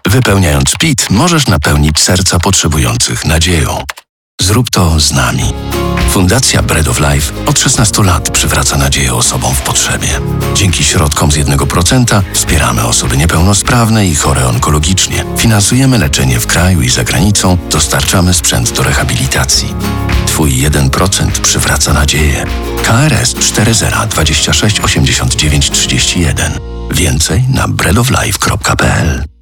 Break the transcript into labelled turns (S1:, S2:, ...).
S1: Wypełniając PIT, możesz napełnić serca potrzebujących nadzieją. Zrób to z nami. Fundacja Bread of Life od 16 lat przywraca nadzieję osobom w potrzebie. Dzięki środkom z 1% wspieramy osoby niepełnosprawne i chore onkologicznie. Finansujemy leczenie w kraju i za granicą, dostarczamy sprzęt do rehabilitacji. Twój 1% przywraca nadzieję. KRS 40 26 89 31. Więcej na breadoflife.pl.